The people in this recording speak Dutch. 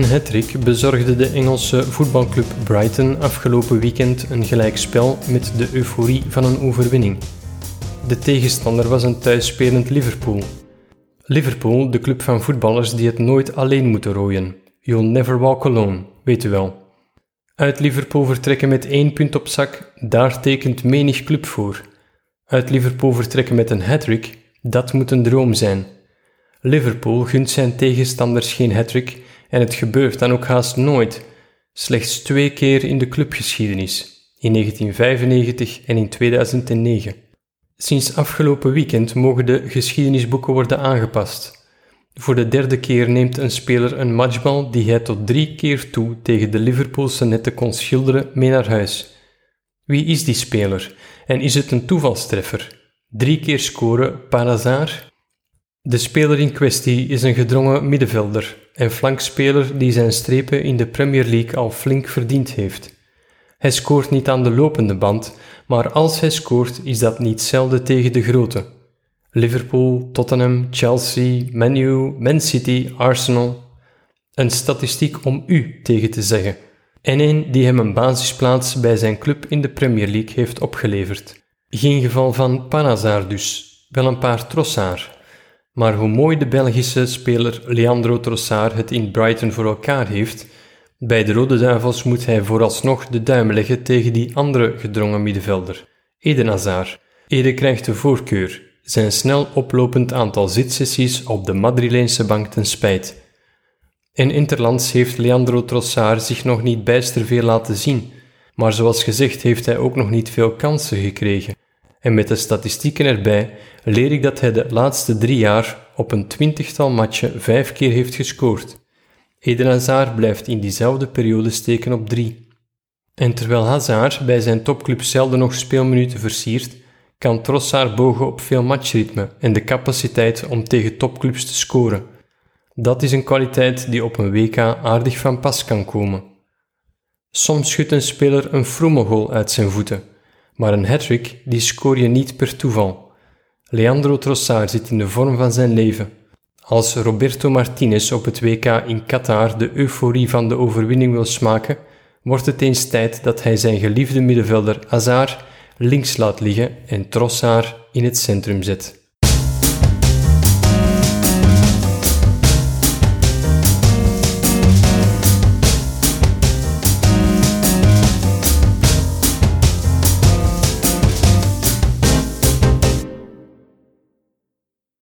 hattrick bezorgde de Engelse voetbalclub Brighton afgelopen weekend een gelijkspel met de euforie van een overwinning. De tegenstander was een thuisspelend Liverpool. Liverpool, de club van voetballers die het nooit alleen moeten rooien. You'll never walk alone, weet u wel. Uit Liverpool vertrekken met 1 punt op zak, daar tekent menig club voor. Uit Liverpool vertrekken met een hattrick, dat moet een droom zijn. Liverpool gunt zijn tegenstanders geen hattrick en het gebeurt dan ook haast nooit. Slechts 2 keer in de clubgeschiedenis, in 1995 en in 2009. Sinds afgelopen weekend mogen de geschiedenisboeken worden aangepast. Voor de 3e keer neemt een speler een matchbal die hij tot 3 keer toe tegen de Liverpoolse netten kon schilderen mee naar huis. Wie is die speler en is het een toevalstreffer? 3 keer scoren par hasard? De speler in kwestie is een gedrongen middenvelder en flankspeler die zijn strepen in de Premier League al flink verdiend heeft. Hij scoort niet aan de lopende band, maar als hij scoort is dat niet zelden tegen de grote. Liverpool, Tottenham, Chelsea, Man U, Man City, Arsenal. Een statistiek om u tegen te zeggen. En een die hem een basisplaats bij zijn club in de Premier League heeft opgeleverd. Geen geval van par hasard dus, wel een paar Trossard. Maar hoe mooi de Belgische speler Leandro Trossard het in Brighton voor elkaar heeft, bij de Rode Duivels moet hij vooralsnog de duim leggen tegen die andere gedrongen middenvelder, Eden Hazard. Eden krijgt de voorkeur, zijn snel oplopend aantal zitsessies op de Madrileense bank ten spijt. En interlands heeft Leandro Trossard zich nog niet bijster veel laten zien, maar zoals gezegd heeft hij ook nog niet veel kansen gekregen. En met de statistieken erbij leer ik dat hij de laatste 3 jaar op een 20-tal matchen 5 keer heeft gescoord. Eden Hazard blijft in diezelfde periode steken op 3. En terwijl Hazard bij zijn topclub zelden nog speelminuten versiert, kan Trossard bogen op veel matchritme en de capaciteit om tegen topclubs te scoren. Dat is een kwaliteit die op een WK aardig van pas kan komen. Soms schudt een speler een froemelgoal uit zijn voeten, maar een hattrick die scoor je niet per toeval. Leandro Trossard zit in de vorm van zijn leven. Als Roberto Martinez op het WK in Qatar de euforie van de overwinning wil smaken, wordt het eens tijd dat hij zijn geliefde middenvelder Hazard links laat liggen en Trossard in het centrum zet.